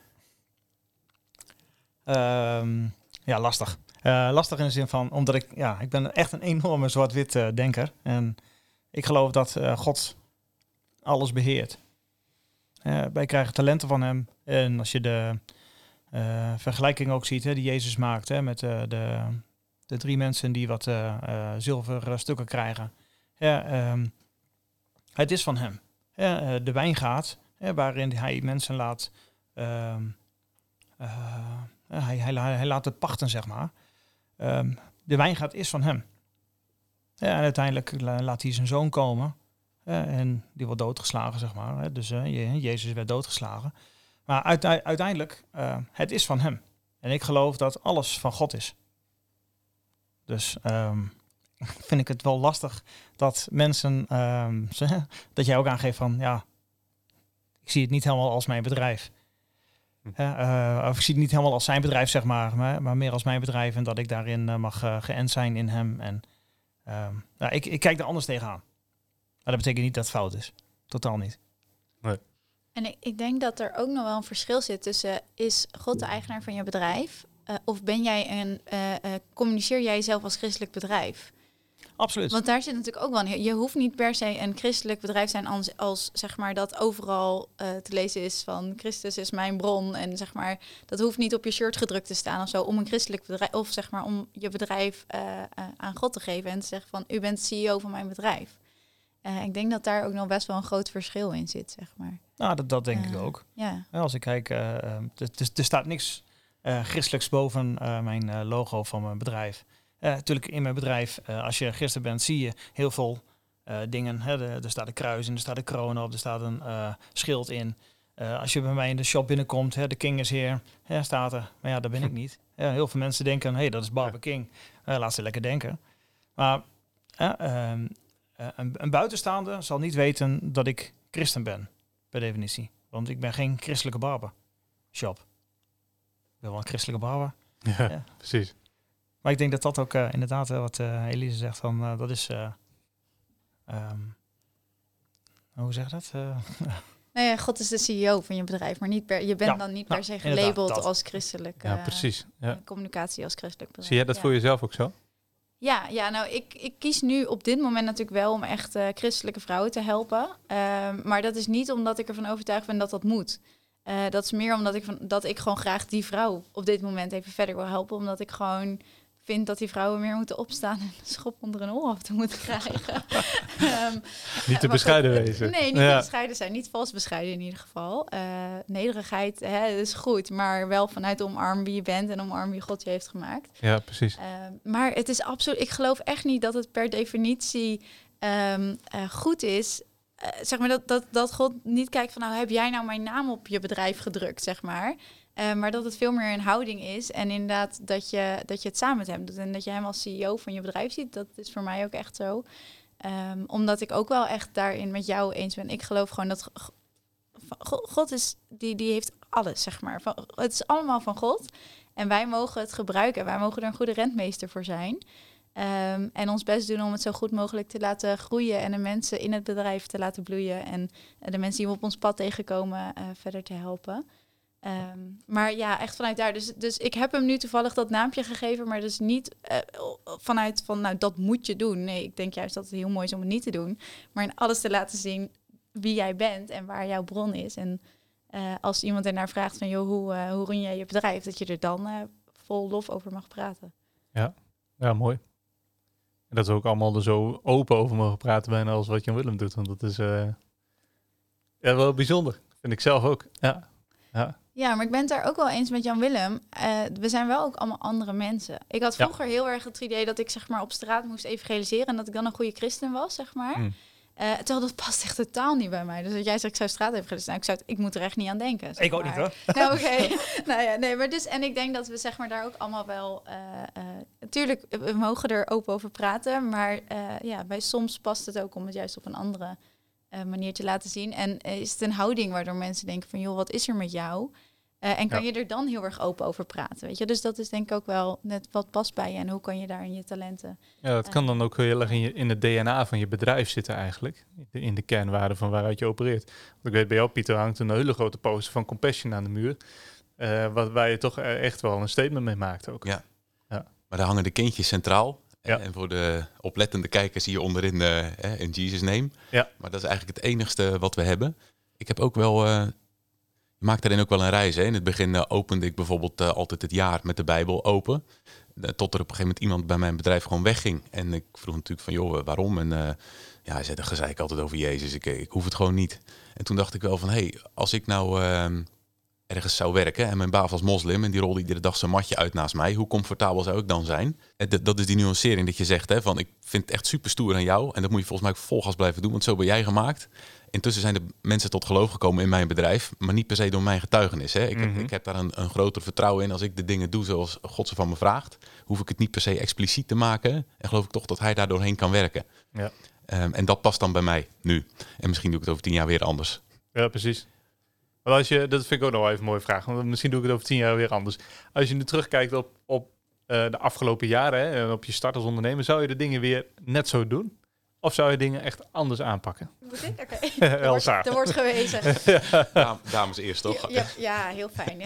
Um, ja, lastig. Uh, lastig in de zin van, omdat ik, ja, ik ben echt een enorme zwart-wit uh, denker. En ik geloof dat uh, God alles beheert. Uh, wij krijgen talenten van hem. En als je de uh, vergelijking ook ziet, hè, die Jezus maakt, hè, met uh, de, de drie mensen die wat uh, uh, zilveren stukken krijgen. Ja, um, het is van hem. Ja, uh, de wijngaard, hè, waarin hij mensen laat... Uh, uh, hij, hij, hij laat het pachten, zeg maar. Um, de wijngaard is van hem. Ja, en uiteindelijk laat hij zijn zoon komen. Uh, en die wordt doodgeslagen, zeg maar. Hè. Dus uh, Jezus werd doodgeslagen. Maar uite- uiteindelijk, uh, het is van hem. En ik geloof dat alles van God is. Dus um, vind ik het wel lastig dat mensen... Um, dat jij ook aangeeft van... ja, ik zie het niet helemaal als mijn bedrijf. Uh, of ik zie het niet helemaal als zijn bedrijf, zeg maar, maar, maar meer als mijn bedrijf en dat ik daarin uh, mag uh, geënt zijn in hem. En uh, nou, ik, ik kijk er anders tegenaan. Maar dat betekent niet dat het fout is. Totaal niet. Nee. En ik, ik denk dat er ook nog wel een verschil zit tussen, uh, is God de eigenaar van je bedrijf? Uh, of ben jij een, uh, uh, communiceer jij jezelf als christelijk bedrijf? Absoluut. Want daar zit natuurlijk ook wel een... Je hoeft niet per se een christelijk bedrijf te zijn als, als zeg maar dat overal uh, te lezen is van Christus is mijn bron. En zeg maar, dat hoeft niet op je shirt gedrukt te staan of zo. Om een christelijk bedrijf, of zeg maar om je bedrijf uh, uh, aan God te geven. En te zeggen van, u bent C E O van mijn bedrijf. Uh, ik denk dat daar ook nog best wel een groot verschil in zit, zeg maar. Nou, dat, dat denk uh, ik ook. Ja. Als ik kijk, uh, uh, er staat niks uh, christelijks boven uh, mijn uh, logo van mijn bedrijf. Uh, natuurlijk in mijn bedrijf, uh, als je christen bent, zie je heel veel uh, dingen. Hè. De, er staat een kruis in, er staat een kroon op, er staat een uh, schild in. Uh, als je bij mij in de shop binnenkomt, hè, de King is hier, hè, staat er. Maar ja, dat ben ik niet. Ja, heel veel mensen denken, hé, hey, dat is Barber ja. King. Uh, laat ze lekker denken. Maar uh, uh, een, een buitenstaander zal niet weten dat ik christen ben, per definitie. Want ik ben geen christelijke barber shop. Ik ben wel een christelijke barber. Ja, ja. Precies. Maar ik denk dat dat ook uh, inderdaad, uh, wat uh, Elise zegt, van, uh, dat is... Uh, um, hoe zeg je dat? Uh, nee, God is de C E O van je bedrijf, maar niet per, je bent ja, dan niet per nou, se gelabeld als christelijk... Uh, ja, precies. Ja. Communicatie als christelijk bedrijf. Zie jij dat ja. voor jezelf ook zo? Ja, ja, nou, ik, ik kies nu op dit moment natuurlijk wel om echt uh, christelijke vrouwen te helpen. Uh, maar dat is niet omdat ik ervan overtuigd ben dat dat moet. Uh, dat is meer omdat ik, van, dat ik gewoon graag die vrouw op dit moment even verder wil helpen. Omdat ik gewoon vind dat die vrouwen meer moeten opstaan en een schop onder hun oor af te moeten krijgen. um, niet te bescheiden goed, wezen. Nee, niet ja. te bescheiden zijn. Niet vals bescheiden in ieder geval. Uh, nederigheid hè, is goed, maar wel vanuit omarm wie je bent en omarm wie God je heeft gemaakt. Ja, precies. Uh, maar het is absoluut, ik geloof echt niet dat het per definitie um, uh, goed is. Uh, zeg maar dat, dat, dat God niet kijkt van, nou, heb jij nou mijn naam op je bedrijf gedrukt, zeg maar. Uh, maar dat het veel meer een houding is. En inderdaad dat je, dat je het samen met hem doet. En dat je hem als C E O van je bedrijf ziet. Dat is voor mij ook echt zo. Um, omdat ik ook wel echt daarin met jou eens ben. Ik geloof gewoon dat God is, die, die heeft alles, zeg maar. Van, het is allemaal van God. En wij mogen het gebruiken. Wij mogen er een goede rentmeester voor zijn. Um, en ons best doen om het zo goed mogelijk te laten groeien. En de mensen in het bedrijf te laten bloeien. En de mensen die we op ons pad tegenkomen uh, verder te helpen. Um, maar ja, echt vanuit daar. Dus, dus ik heb hem nu toevallig dat naampje gegeven, maar dus niet uh, vanuit van, nou, dat moet je doen. Nee, ik denk juist dat het heel mooi is om het niet te doen. Maar in alles te laten zien wie jij bent en waar jouw bron is. En uh, als iemand ernaar vraagt van, joh, hoe, uh, hoe run jij je bedrijf? Dat je er dan uh, vol lof over mag praten. Ja, ja, mooi. En dat we ook allemaal er zo open over mogen praten bijna als wat Jan Willem doet. Want dat is uh, ja, wel bijzonder. Vind ik zelf ook. Ja. Ja. Ja, maar ik ben het daar ook wel eens met Jan Willem. Uh, we zijn wel ook allemaal andere mensen. Ik had vroeger ja. heel erg het idee dat ik zeg maar op straat moest evangeliseren en dat ik dan een goede christen was, zeg maar. Mm. Uh, terwijl dat past echt totaal niet bij mij. Dus dat jij zegt, ik zou straat hebben gedaan. Nou, ik, zou, ik moet er echt niet aan denken. Zeg ik ook maar. niet hoor. Nou, oké. Okay. nou ja, nee, maar dus, en ik denk dat we zeg maar daar ook allemaal wel... Uh, uh, natuurlijk, we mogen er open over praten. Maar uh, ja, bij soms past het ook om het juist op een andere uh, manier te laten zien. En uh, is het een houding waardoor mensen denken van... joh, wat is er met jou? Uh, en kan ja. je er dan heel erg open over praten, weet je? Dus dat is denk ik ook wel net wat past bij je en hoe kan je daar in je talenten... Ja, dat uh, kan dan ook heel erg in, je, in het D N A van je bedrijf zitten eigenlijk. In de kernwaarden van waaruit je opereert. Want ik weet bij jou, Pieter, hangt een hele grote poster van Compassion aan de muur. Uh, wat, waar je toch echt wel een statement mee maakt ook. Ja, ja. Maar daar hangen de kindjes centraal. Ja. En voor de oplettende kijkers hier onderin uh, in Jesus name. Ja. Maar dat is eigenlijk het enigste wat we hebben. Ik heb ook wel... Uh, Je maakt daarin ook wel een reis. Hè? In het begin uh, opende ik bijvoorbeeld uh, altijd het jaar met de Bijbel open. Uh, tot er op een gegeven moment iemand bij mijn bedrijf gewoon wegging. En ik vroeg natuurlijk van, joh, waarom? En uh, ja, hij zei, dan zei ik altijd over Jezus. Ik, ik hoef het gewoon niet. En toen dacht ik wel van, hé, hey, als ik nou uh, ergens zou werken... en mijn baas was moslim en die rolde iedere dag zijn matje uit naast mij... hoe comfortabel zou ik dan zijn? En d- dat is die nuancering dat je zegt, hè, van ik vind het echt super stoer aan jou... en dat moet je volgens mij vol gas blijven doen, want zo ben jij gemaakt... Intussen zijn de mensen tot geloof gekomen in mijn bedrijf, maar niet per se door mijn getuigenis. Hè. Ik, heb, mm-hmm. ik heb daar een, een groter vertrouwen in. Als ik de dingen doe zoals God ze van me vraagt, hoef ik het niet per se expliciet te maken. En geloof ik toch dat hij daar doorheen kan werken. Ja. Um, en dat past dan bij mij nu. En misschien doe ik het over tien jaar weer anders. Ja, precies. Want als je, dat vind ik ook nog wel even een mooie vraag. Want misschien doe ik het over tien jaar weer anders. Als je nu terugkijkt op, op uh, de afgelopen jaren hè, en op je start als ondernemer, zou je de dingen weer net zo doen? Of zou je dingen echt anders aanpakken? Moet ik? Oké. Okay. Er, wordt, er wordt gewezen. ja. Dames eerst, toch? Ja, ja, heel fijn.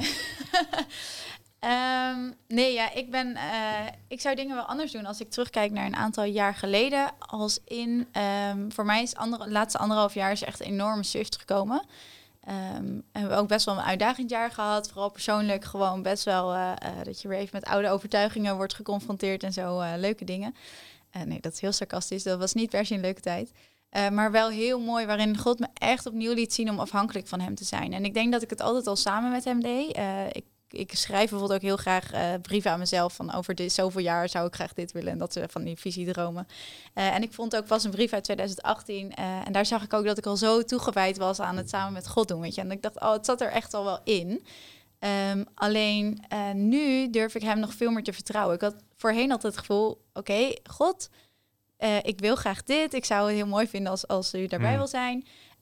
um, nee, ja, ik ben... Uh, ik zou dingen wel anders doen als ik terugkijk naar een aantal jaar geleden. Als in... Um, voor mij is de laatste anderhalf jaar is echt een enorme shift gekomen. Um, we hebben ook best wel een uitdagend jaar gehad. Vooral persoonlijk gewoon best wel... Uh, uh, dat je weer even met oude overtuigingen wordt geconfronteerd en zo. Uh, leuke dingen. Uh, nee, dat is heel sarcastisch. Dat was niet per se een leuke tijd. Uh, maar wel heel mooi, waarin God me echt opnieuw liet zien om afhankelijk van hem te zijn. En ik denk dat ik het altijd al samen met hem deed. Uh, ik, ik schrijf bijvoorbeeld ook heel graag uh, brieven aan mezelf van over dit, zoveel jaar zou ik graag dit willen. En dat ze van die visiedromen. Uh, en ik vond ook pas een brief uit twintig achttien. Uh, en daar zag ik ook dat ik al zo toegewijd was aan het samen met God doen. Weet je? En ik dacht, oh, het zat er echt al wel in. Um, alleen uh, nu durf ik hem nog veel meer te vertrouwen. Ik had voorheen altijd het gevoel, oké, okay, God, uh, ik wil graag dit. Ik zou het heel mooi vinden als, als u daarbij mm. wil zijn.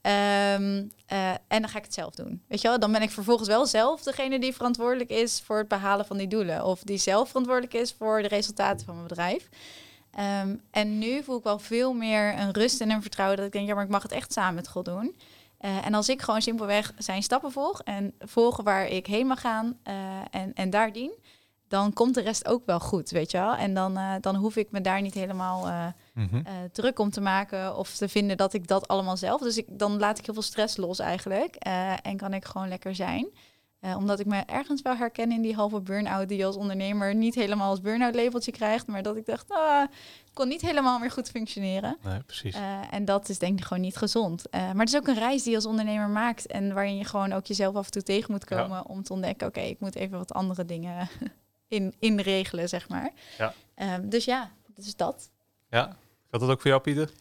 Um, uh, en dan ga ik het zelf doen. Weet je wel, dan ben ik vervolgens wel zelf degene die verantwoordelijk is voor het behalen van die doelen. Of die zelf verantwoordelijk is voor de resultaten van mijn bedrijf. Um, en nu voel ik wel veel meer een rust en een vertrouwen dat ik denk, ja, maar ik mag het echt samen met God doen. Uh, en als ik gewoon simpelweg zijn stappen volg en volgen waar ik heen mag gaan uh, en, en daar dien, dan komt de rest ook wel goed, weet je wel. En dan, uh, dan hoef ik me daar niet helemaal uh, mm-hmm. uh, druk om te maken of te vinden dat ik dat allemaal zelf. Dus ik, dan laat ik heel veel stress los eigenlijk uh, en kan ik gewoon lekker zijn. Uh, omdat ik me ergens wel herken in die halve burn-out die je als ondernemer niet helemaal als burn-out labeltje krijgt. Maar dat ik dacht, ah, ik kon niet helemaal meer goed functioneren. Nee, precies. Uh, en dat is denk ik gewoon niet gezond. Uh, maar het is ook een reis die je als ondernemer maakt. En waarin je gewoon ook jezelf af en toe tegen moet komen ja. om te ontdekken, oké, okay, ik moet even wat andere dingen in, inregelen, zeg maar. Ja. Um, dus ja, dus dat. Ja, gaat dat ook voor jou, Pieter?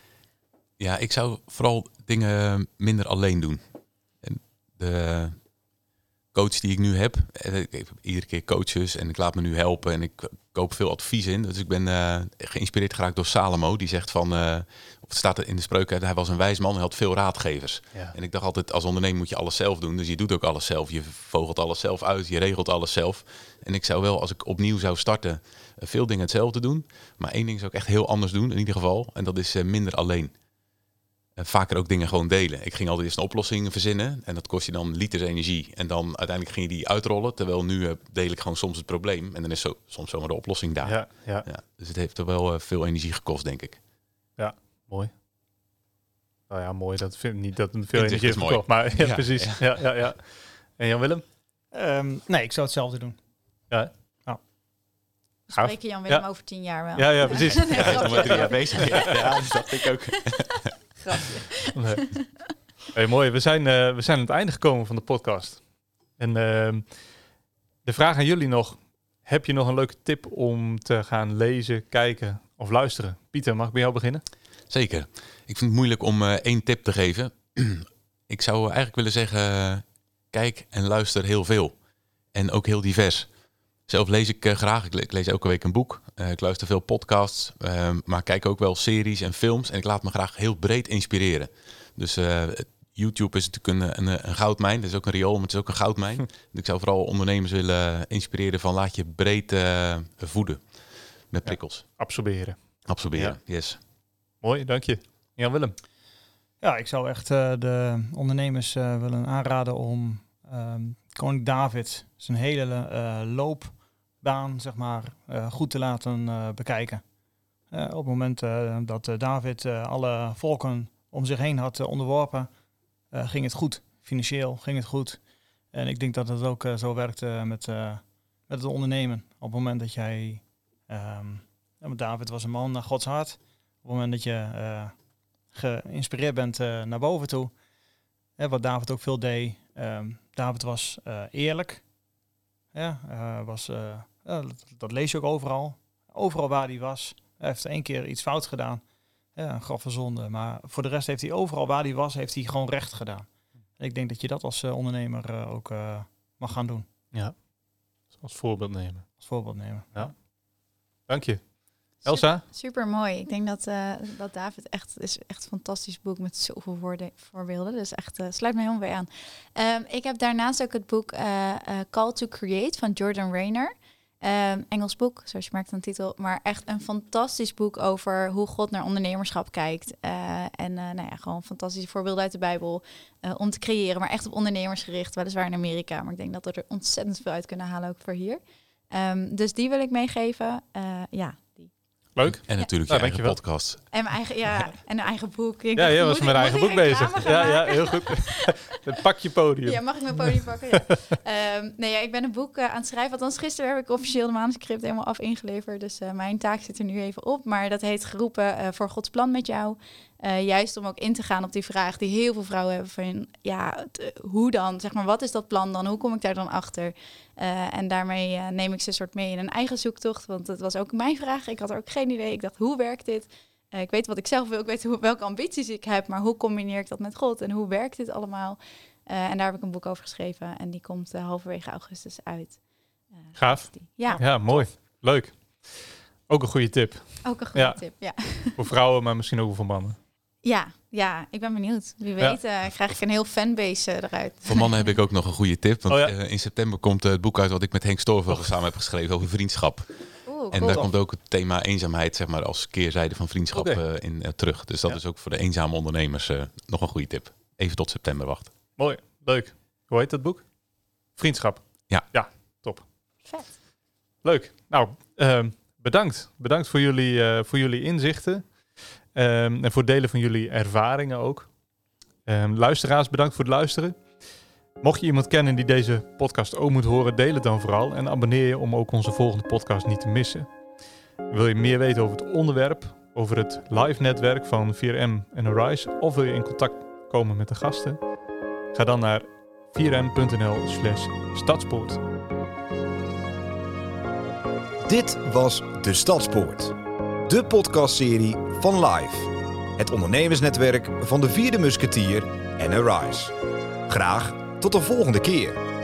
Ja, ik zou vooral dingen minder alleen doen. En de coach die ik nu heb, ik heb iedere keer coaches en ik laat me nu helpen en ik koop veel advies in. Dus ik ben uh, geïnspireerd geraakt door Salomo. Die zegt van, uh, of het staat in de spreuken, hij was een wijs man en had veel raadgevers. Ja. En ik dacht altijd, als ondernemer moet je alles zelf doen. Dus je doet ook alles zelf. Je vogelt alles zelf uit, je regelt alles zelf. En ik zou wel, als ik opnieuw zou starten, veel dingen hetzelfde doen. Maar één ding zou ik echt heel anders doen, in ieder geval. En dat is uh, minder alleen. Uh, vaker ook dingen gewoon delen. Ik ging altijd eerst een oplossing verzinnen. En dat kost je dan liters energie. En dan uiteindelijk ging je die uitrollen. Terwijl nu uh, deel ik gewoon soms het probleem. En dan is zo, soms zomaar de oplossing daar. Ja, ja. Ja, dus het heeft er wel uh, veel energie gekost, denk ik. Ja, mooi. Nou ja, mooi. Dat vind ik niet dat het veel energie heeft mooi. gekost. Maar ja, ja precies. Ja. Ja, ja, ja. En Jan-Willem? Um, nee, ik zou hetzelfde doen. Ja. We spreken Jan-Willem ja. over tien jaar wel. Ja, ja, precies. Ja, hij is nog maar drie jaar bezig. Ja, ja, dat dacht ik ook. Grapje. Nee. Hey, mooi. We zijn, uh, we zijn aan het einde gekomen van de podcast. En uh, de vraag aan jullie nog. Heb je nog een leuke tip om te gaan lezen, kijken of luisteren? Pieter, mag ik bij jou beginnen? Zeker. Ik vind het moeilijk om uh, één tip te geven. Ik zou eigenlijk willen zeggen, uh, kijk en luister heel veel. En ook heel divers. Zelf lees ik uh, graag. Ik, le- ik lees elke week een boek. Uh, ik luister veel podcasts. Uh, maar kijk ook wel series en films. En ik laat me graag heel breed inspireren. Dus uh, YouTube is natuurlijk een, een, een goudmijn. Het is ook een riool, maar het is ook een goudmijn. Dus ik zou vooral ondernemers willen inspireren van laat je breed uh, voeden. Met prikkels. Ja, absorberen. Absorberen, ja. Yes. Mooi, dank je. Jan Willem. Ja, ik zou echt uh, de ondernemers uh, willen aanraden om um, koning David zijn hele uh, loopbaan zeg maar, uh, goed te laten uh, bekijken. Uh, op het moment uh, dat uh, David uh, alle volken om zich heen had uh, onderworpen, uh, ging het goed. Financieel ging het goed. En ik denk dat het ook uh, zo werkt uh, met, uh, met het ondernemen. Op het moment dat jij... Um, ja, David was een man naar Gods hart. Op het moment dat je... Uh, geïnspireerd bent uh, naar boven toe. Hè, wat David ook veel deed. Um, David was uh, eerlijk. Ja, uh, was, uh, uh, dat, dat lees je ook overal. Overal waar hij was. Hij heeft één keer iets fout gedaan. Ja, een grove zonde. Maar voor de rest heeft hij overal waar hij was, heeft hij gewoon recht gedaan. En ik denk dat je dat als uh, ondernemer uh, ook uh, mag gaan doen. Ja, als voorbeeld nemen. Als voorbeeld nemen. Ja. Dank je. Elsa? Super mooi. Ik denk dat, uh, dat David echt is echt een fantastisch boek met zoveel woorden, voorbeelden. Dus echt uh, sluit me helemaal bij aan. Um, ik heb daarnaast ook het boek uh, uh, Call to Create van Jordan Rainer. Um, Engels boek, zoals je merkt aan de titel. Maar echt een fantastisch boek over hoe God naar ondernemerschap kijkt. Uh, en uh, nou ja, gewoon fantastische voorbeelden uit de Bijbel uh, om te creëren. Maar echt op ondernemers gericht, weliswaar in Amerika. Maar ik denk dat we er ontzettend veel uit kunnen halen ook voor hier. Um, dus die wil ik meegeven. Uh, ja, die. Leuk. En natuurlijk ja. je ja, eigen podcast. En mijn eigen, ja, en een eigen boek. Ik ja, dacht, jij was moet met ik- eigen moet boek ik bezig. reclame gaan Ja, ja, maken? heel goed. Het pak je podium. Ja, mag ik mijn podium pakken? Ja. um, nee, ja, ik ben een boek uh, aan het schrijven. Althans, gisteren heb ik officieel de manuscript helemaal af ingeleverd. Dus uh, mijn taak zit er nu even op. Maar dat heet Geroepen uh, voor Gods plan met jou. Uh, juist om ook in te gaan op die vraag die heel veel vrouwen hebben van... ja, t, hoe dan? Zeg maar, wat is dat plan dan? Hoe kom ik daar dan achter? Uh, en daarmee uh, neem ik ze soort mee in een eigen zoektocht. Want dat was ook mijn vraag. Ik had er ook geen idee. Ik dacht, hoe werkt dit? Uh, ik weet wat ik zelf wil. Ik weet hoe, welke ambities ik heb. Maar hoe combineer ik dat met God? En hoe werkt dit allemaal? Uh, en daar heb ik een boek over geschreven. En die komt uh, halverwege augustus uit. Uh, Gaaf. die. Ja, Ja, mooi. Leuk. Ook een goede tip. ook een goede Ja. tip. Ja. Voor vrouwen, maar misschien ook voor mannen. Ja, ja, ik ben benieuwd. Wie Ja. weet uh, krijg ik een heel fanbase uh, eruit. Voor mannen heb ik ook nog een goede tip. Want Oh ja. uh, in september komt uh, het boek uit wat ik met Henk Storveld samen heb geschreven over vriendschap. Oeh, En cool. daar komt ook het thema eenzaamheid zeg maar, als keerzijde van vriendschap Oké. uh, in uh, terug. Dus dat Ja. is ook voor de eenzame ondernemers uh, nog een goede tip. Even tot september wachten. Mooi. Leuk. Hoe heet dat boek? Vriendschap. Ja. Ja, top. Vet. Leuk. Nou, um, bedankt. Bedankt voor jullie, uh, voor jullie inzichten. Um, en voor het delen van jullie ervaringen ook. Um, luisteraars, bedankt voor het luisteren. Mocht je iemand kennen die deze podcast ook moet horen, deel het dan vooral. En abonneer je om ook onze volgende podcast niet te missen. Wil je meer weten over het onderwerp, over het live netwerk van vier M en Arise, of wil je in contact komen met de gasten? Ga dan naar vier m punt n l slash stadspoort. Dit was De Stadspoort, de podcastserie van Live, het ondernemersnetwerk van de Vierde Musketier en Arise. Graag tot de volgende keer.